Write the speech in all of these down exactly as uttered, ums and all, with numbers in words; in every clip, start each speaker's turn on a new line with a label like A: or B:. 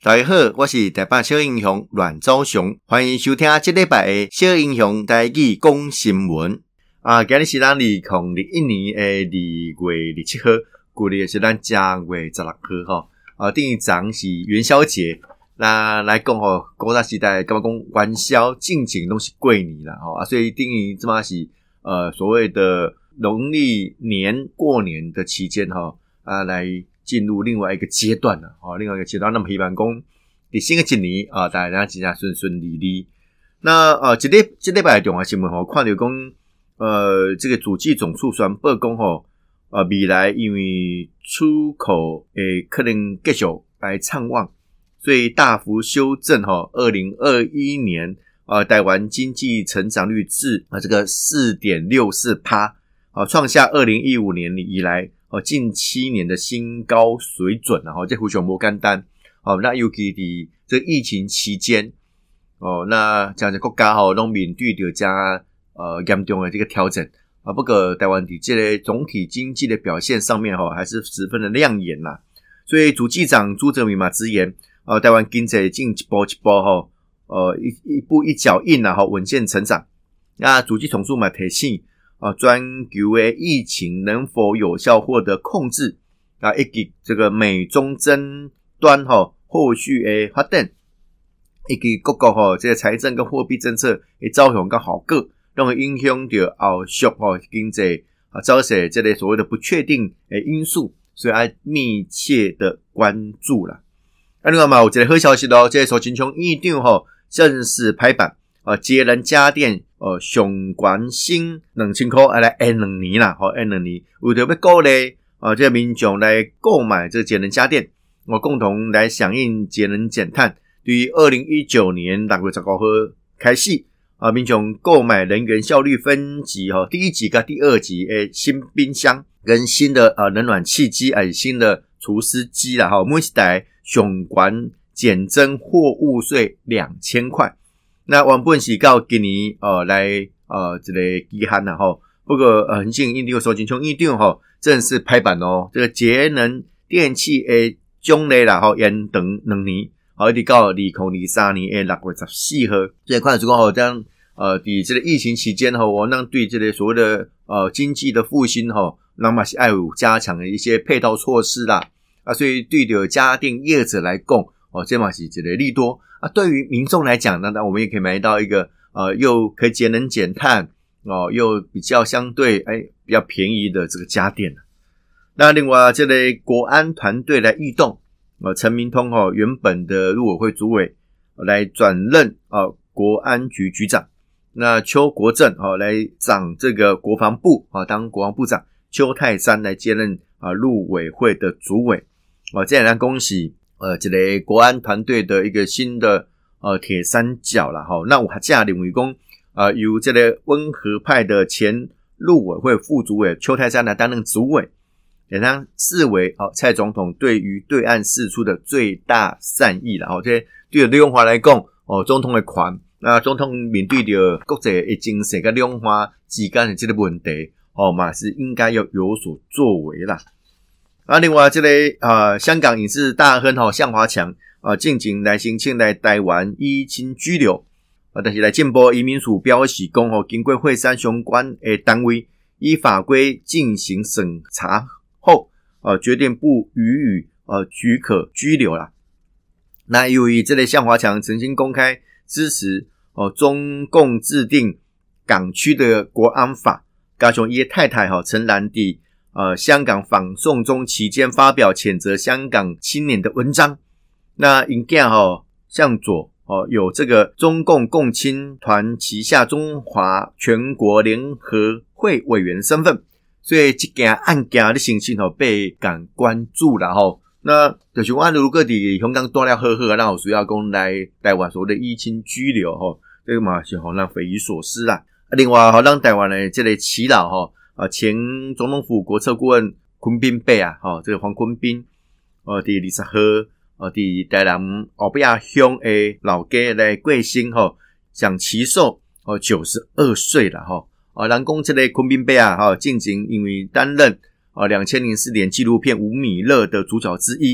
A: 大家好，我是台北小英雄阮昭雄，欢迎收听这礼拜的小英雄台语讲新闻。啊，今日是咱二零二一年的二月二十七号，旧历是咱正月十六号吼。啊，顶一昨是元宵节，那来讲吼，古早时代感觉讲元宵进前拢是过年啦吼啊，所以等于即马是呃所谓的农历年过年的期间吼啊来。进入另外一个阶段了，哦，另外一个阶段，那么希望讲，伫新的一年啊，大家真正顺顺利利。那呃，这礼这礼拜的重要新闻吼，看到讲，呃，这个主计总处宣布讲吼，呃，未来因为出口诶可能继续来畅旺，所以大幅修正吼，二零二一年呃台湾经济成长率至啊、呃、这个 百分之四点六四 啊，创下二零一五年以来。哦，近七年的新高水准啊，吼，这非常不简单。哦，那尤其伫这疫情期间，哦，那这样的国家吼，拢面对着加呃严重的这个调整啊。不过台湾的这个总体经济的表现上面吼，还是十分的亮眼啦。所以主计长朱哲明嘛直言，呃，台湾经济进一步一步吼，呃，一一步一脚印啦，吼，稳健成长。那主计总处嘛提醒。啊，专求的疫情能否有效获得控制啊？以及这个美中争端吼后续的发展，以及各国吼这个财政跟货币政策的走向跟好个，让会影响到后续吼经济啊，造成这类所谓的不确定的因素，所以要密切的关注啦。啊，另外嘛，有一个好消息咯，这个苏清昌院长吼正式拍板。呃，节能家电，呃，上悬新两千块，啊来延两年啦，吼，延两年，为着要鼓励呃这个民众来购买这个节能家电，我、呃、共同来响应节能减碳。对于二零一九年六月十九号开始，啊、呃，民众购买能源效率分级，哈、呃，第一级跟第二级诶新冰箱跟新的呃冷暖气机，还有新的除湿机啦，哈、呃，每一台上悬减征货物税两千块。那原本是到今年呃来呃这个期限啦吼，不过呃很幸运，这个苏清昌院长吼正式拍板哦，这个节能电器的种类啦吼延长两年，好一直到二零二三年的六月十四号。所以看出讲吼，这样呃伫这个疫情期间吼，我让对这个所谓的呃经济的复兴吼，那么是要有加强的一些配套措施啦啊，所以对着家电业者来讲。哦，这嘛是一个利多啊。对于民众来讲，那那我们也可以买到一个呃，又可以节能减碳哦，又比较相对哎比较便宜的这个家电。那另外，这类国安团队来异动，呃，陈明通哦，原本的陆委会主委、呃、来转任呃国安局局长，那邱国正哦来掌这个国防部啊、呃，当国防部长，邱泰山来接任啊、呃、陆委会的主委。哦，这样恭喜。呃，这个国安团队的一个新的呃铁三角啦齁，那我还加认为讲，呃，由这个温和派的前陆委会副主委邱泰山来担任主委，也当视为哦蔡总统对于对岸释出的最大善意啦齁。这对李永华来讲，哦，总统的款，那总统面对着国际的情势跟李永华之间的这个问题，哦嘛是应该要有所作为啦。啊，另外这个呃，香港影视大亨吼向华强啊，近前来申请来台湾依亲居留啊，但是来进步移民署表示讲吼，经过会三相关的单位依法规进行审查后，呃，决定不予以呃许可居留啦。那由于这个向华强曾经公开支持哦、呃、中共制定港区的国安法，加上伊的太太吼陈兰娣。呃，香港反送中期间发表谴责香港青年的文章，那因囝吼向左哦，有这个中共共青团旗下中华全国联合会委员身份，所以这件案件的情形吼被港关注啦吼。那就是我如果伫香港住了好好，那有需要讲来台湾所谓的依亲居留吼，这个嘛是互人匪夷所思啦。另外吼，让台湾的这个耆老吼。啊，前总统府国策顾问昆宾伯啊，哦，这个黄昆宾，呃，第二十号，呃，伫台南后壁乡的老家来过身吼，享耆寿哦九十二岁了吼。啊，人讲这个昆宾伯啊，哈，近前因为担任啊两千零四年纪录片《吴米勒》的主角之一，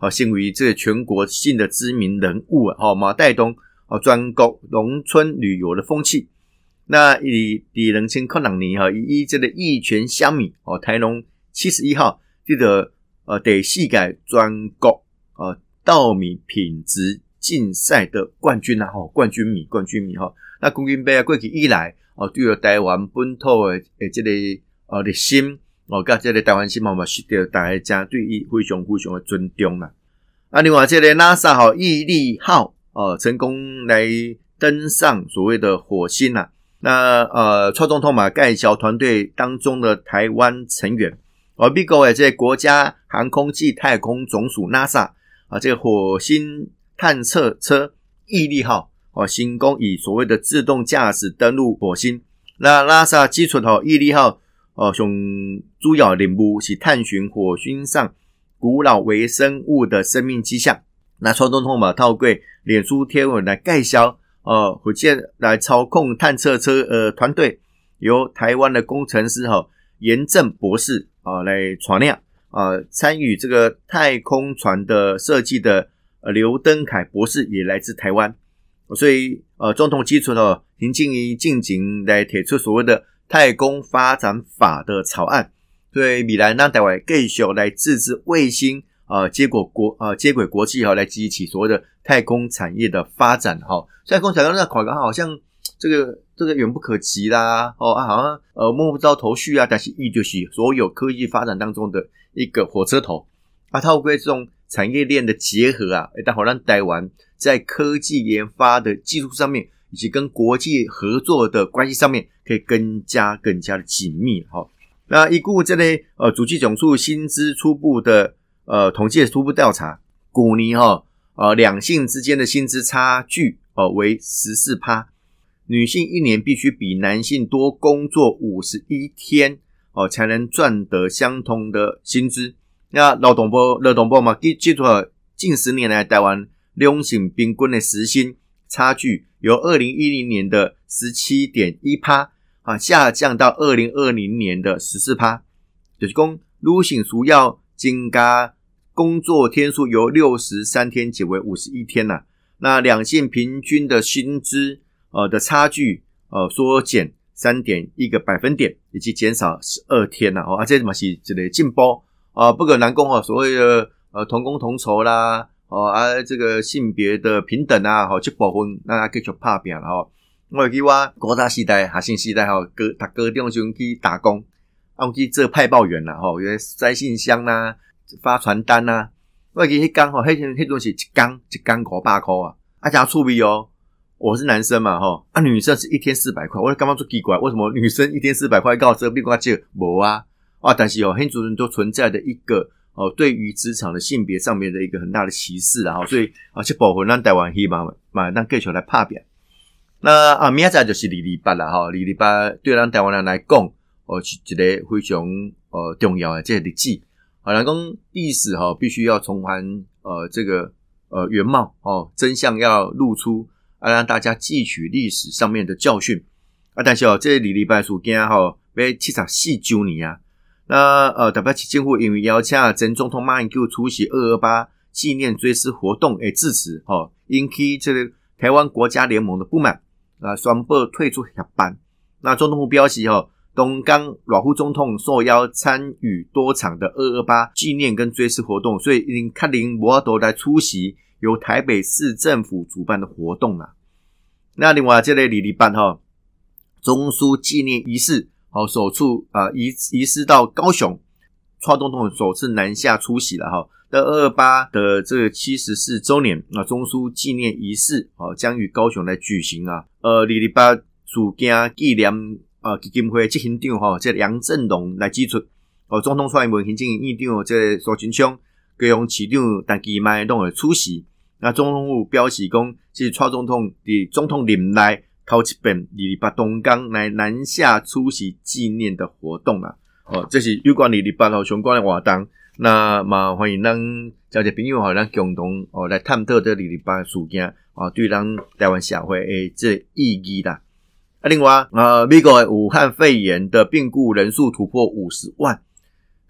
A: 哦，成为这个全国性的知名人物啊，哦，嘛带动哦全国农村旅游的风气。那以以二千零六年哈，以这个益全虾米哦，台农七十一号这个呃第四届全国呃稻米品质竞赛的冠军啊，吼，冠军米冠军米哈。那冠军杯啊过去以来哦，对于台湾本土的诶这个呃热心哦，甲这个台湾心嘛嘛，受到大家真对伊非常非常的尊重啦。啊，另外这个 NASA 哈毅力号哦，成功来登上所谓的火星啦。那呃，蔡总统嘛介绍团队当中的台湾成员，而美国的这个国家航空暨太空总署 NASA 啊，这个火星探测车毅力号哦，成功以所谓的自动驾驶登陆火星。那 NASA 基础吼毅力号哦，上主要任务是探寻火星上古老微生物的生命迹象。那蔡总统嘛透过脸书贴文来介绍，呃，火箭来操控探测车呃团队由台湾的工程师哈严正博士啊、呃、来传领啊，参与这个太空船的设计的呃刘登凯博士也来自台湾。所以呃，总统基础呢，行进于进行来提出所谓的太空发展法的草案，所以未来让台湾继续来自制卫星呃接轨国呃接轨国际哈，来激起所谓的太空产业的发展哈。太空产业那考个好像这个这个远不可及啦哦啊，好像呃摸不到头绪啊，但是伊就是所有科技发展当中的一个火车头啊，透过这种产业链的结合啊，但好让台湾在科技研发的技术上面，以及跟国际合作的关系上面，可以更加更加的紧密哈。那依据这类呃主计总处薪资初步的呃统计的初步调查，去年哈呃两性之间的薪资差距呃为 百分之十四， 女性一年必须比男性多工作五十一天哦、呃，才能赚得相同的薪资。那劳动部劳动部嘛，记记住近十年来台湾两性平均的时薪差距由二零一零年的 百分之十七点一 啊下降到二零二零年的 百分之十四， 就是说女性需要增加工作天数由六十三天减为五十一天啦、啊。那两性平均的薪资呃的差距呃缩减 三点一 个百分点，以及减少十二天啦、啊。哦，啊这嘛是一个进步啊，不可难讲哦，所谓的呃同工同酬啦。哦啊，这个性别的平等啊，吼、哦，这部分咱啊继续打拼啦吼。我会记我古早时代、学生时代吼，高读高中时去打工，啊，我去做派报员啦吼，有塞信箱啦、啊、发传单啦、啊。我会记迄工吼，迄迄阵是一工一工五百块啊，啊，真趣味哦。我是男生嘛吼，啊，女生是一天四百块，我就感觉做奇怪，为什么女生一天四百块到这比我少？无啊，啊，但是哦，迄阵都存在的一个。哦，对于职场的性别上面的一个很大的歧视啊，所以啊，这部分咱台湾希望嘛，咱继续来打拼。那啊，明仔就是二二八啦，哈，二二八对咱台湾人来讲，哦，是一个非常呃重要的这个日子。啊，人讲历史哈、哦，必须要重还呃这个呃原貌哦，真相要露出，啊，让大家汲取历史上面的教训。啊，但是哦，这二二八事件哈、哦，要七十四周年啊。那呃，台北市政府因为邀请前总统马英九出席二二八纪念追思活动诶致辞，哦，引起这个台湾国家联盟的不满，啊，宣布退出协办。那总统府表示，哦，东港阮副总统受邀参与多场的二二八纪念跟追思活动，所以因确定无法度来出席由台北市政府主办的活动啦。那另外这个二二八哈中枢纪念仪式。好，首次啊、呃、移移师到高雄，蔡总统首次南下出席了哈。的二二八的这个七十四周年啊，中枢纪念仪式啊将于高雄来举行啊。呃，二二八事件纪念啊基金会执行长哈，这杨振龙来指出，哦，总统蔡英文行政院长这苏贞昌、高雄市长陈其迈都会出席。那总统府表示讲，是蔡总统伫总统任内。头一遍二二八东港来南下出席纪念的活动啊！哦，这是有关二二八号相关的活动。那嘛欢迎咱交些朋友吼，咱共同哦来探讨这二二八事件啊，对咱台湾社会的这意义啦。啊，另外呃，美国武汉肺炎的病故人数突破五十万，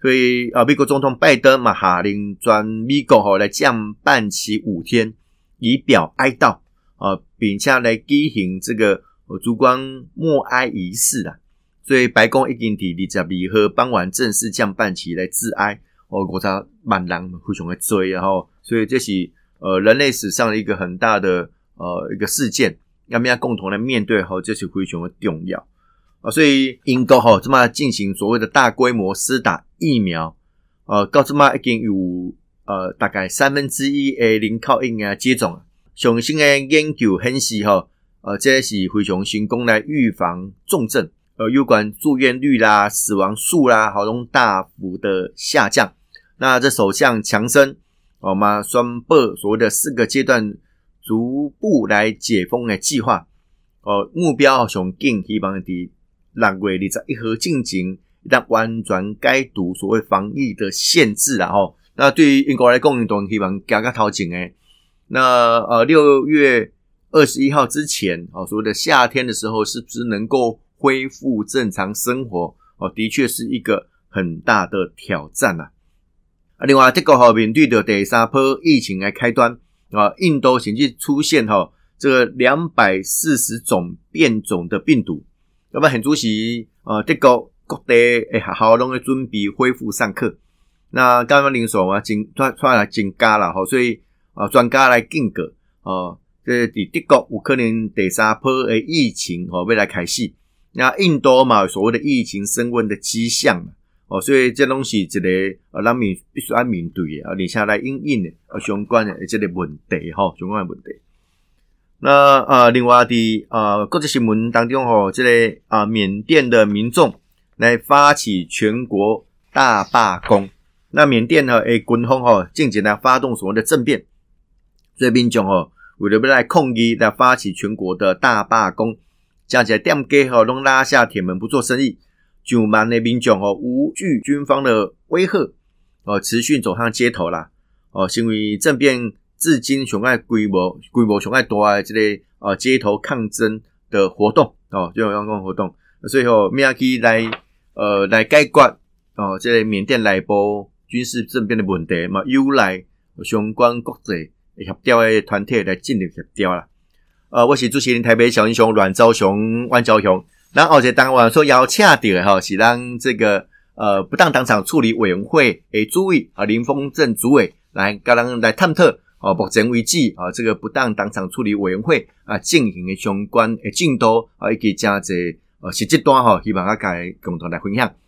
A: 所以啊，美国总统拜登嘛下令全美国吼来降半旗五天，以表哀悼啊，并且来举行这个烛光默哀仪式啦。所以白宫已经伫二十二号傍晚正式降半旗来致哀，哦，五十万人非常的多啊吼，所以这是呃人类史上的一个很大的呃一个事件，要么要共同来面对吼，这是非常的重要。啊，所以英国吼这么进行所谓的大规模施打疫苗，呃，到这么已经有呃大概三分之一的人口已经接种了。最新的研究显示吼，呃，这是非常成功来预防重症，呃，有关住院率啦、死亡数啦，好都大幅的下降。那这首相强生，我们宣布所谓的四个阶段逐步来解封的计划，呃，目标上紧，希望伫六月二十一号进行，让完全解除所谓防疫的限制啦吼。那对于英国来讲，当然希望加个头前诶。那呃六月二十一号之前，哦，所谓的夏天的时候，是不是能够恢复正常生活？哦，的确是一个很大的挑战啊。啊，另外这个吼面对着第三波疫情的开端啊，印度甚至出现吼这个两百四十种变种的病毒。那么很主席呃德国各地诶学校拢在准备恢复上课。那刚刚零售啊，增突突然增加了吼，所以啊专家来警告哦，这伫德国有可能第三波的疫情吼要来开始。那印度嘛有所谓的疫情升温的迹象嘛，哦，所以这拢是一个呃咱们必须要面对的啊，而且来因应的呃相关的这个问题吼，相关的问题。那呃，另外的呃国际新闻当中吼，这个啊、呃、缅甸的民众来发起全国大罢工。那缅甸呢，诶军方吼近期来发动所谓的政变，所以民众吼为了要来抗议，来发起全国的大罢工，加起来店家吼拢拉下铁门不做生意，上万的民众吼无惧军方的威吓，哦持续走上街头啦，哦成为政变至今上爱规模规模上爱大的这个呃街头抗争的活动哦，这种相关活动，所以吼明去来呃来解决哦这个缅甸内部军事政变的问题嘛，由来相关国际协调的团体来进行协调啦。呃，我是主持人台北小英雄阮昭雄、阮昭雄，咱后一个单元所邀请到的吼是咱这个呃不当当场处理委员会的主委啊林峰正主委来跟咱来探讨。哦，目前为止啊，这个不当当场处理委员会啊进行的相关的进度啊，以及加这呃实际端吼，希望大家共同来分享。